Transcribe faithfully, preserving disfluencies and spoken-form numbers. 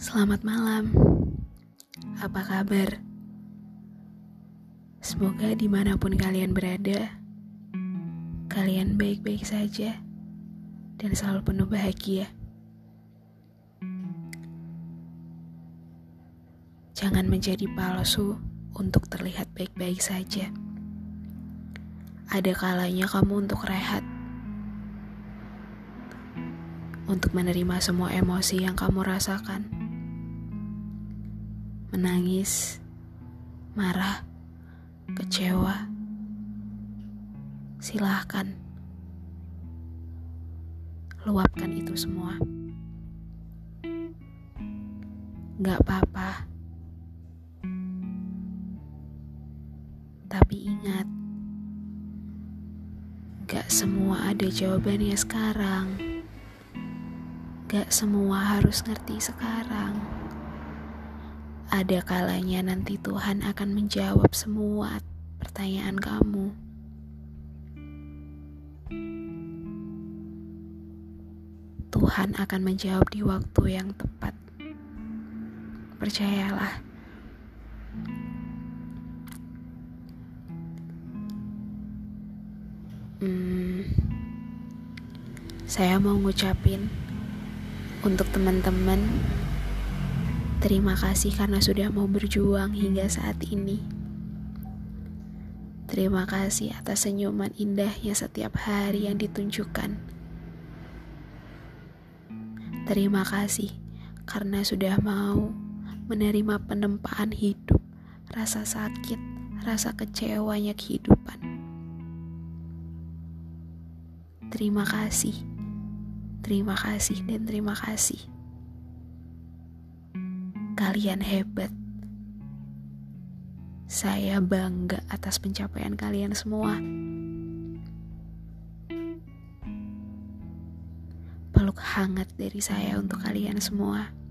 Selamat malam, apa kabar? Semoga dimanapun kalian berada, kalian baik-baik saja dan selalu penuh bahagia. Jangan menjadi palsu untuk terlihat baik-baik saja. Ada kalanya kamu untuk rehat, untuk menerima semua emosi yang kamu rasakan. Menangis, marah, kecewa. Silahkan, luapkan itu semua. Gak apa-apa. Tapi ingat, gak semua ada jawabannya sekarang. Gak semua harus ngerti sekarang. Ada kalanya nanti Tuhan akan menjawab semua pertanyaan kamu. Tuhan akan menjawab di waktu yang tepat. Percayalah. Hmm, saya mau ngucapin untuk teman-teman, terima kasih karena sudah mau berjuang hingga saat ini. Terima kasih atas senyuman indahnya setiap hari yang ditunjukkan. Terima kasih karena sudah mau menerima penempaan hidup, rasa sakit, rasa kecewanya kehidupan. Terima kasih, terima kasih dan terima kasih. Kalian hebat. Saya bangga atas pencapaian kalian semua. Peluk hangat dari saya untuk kalian semua.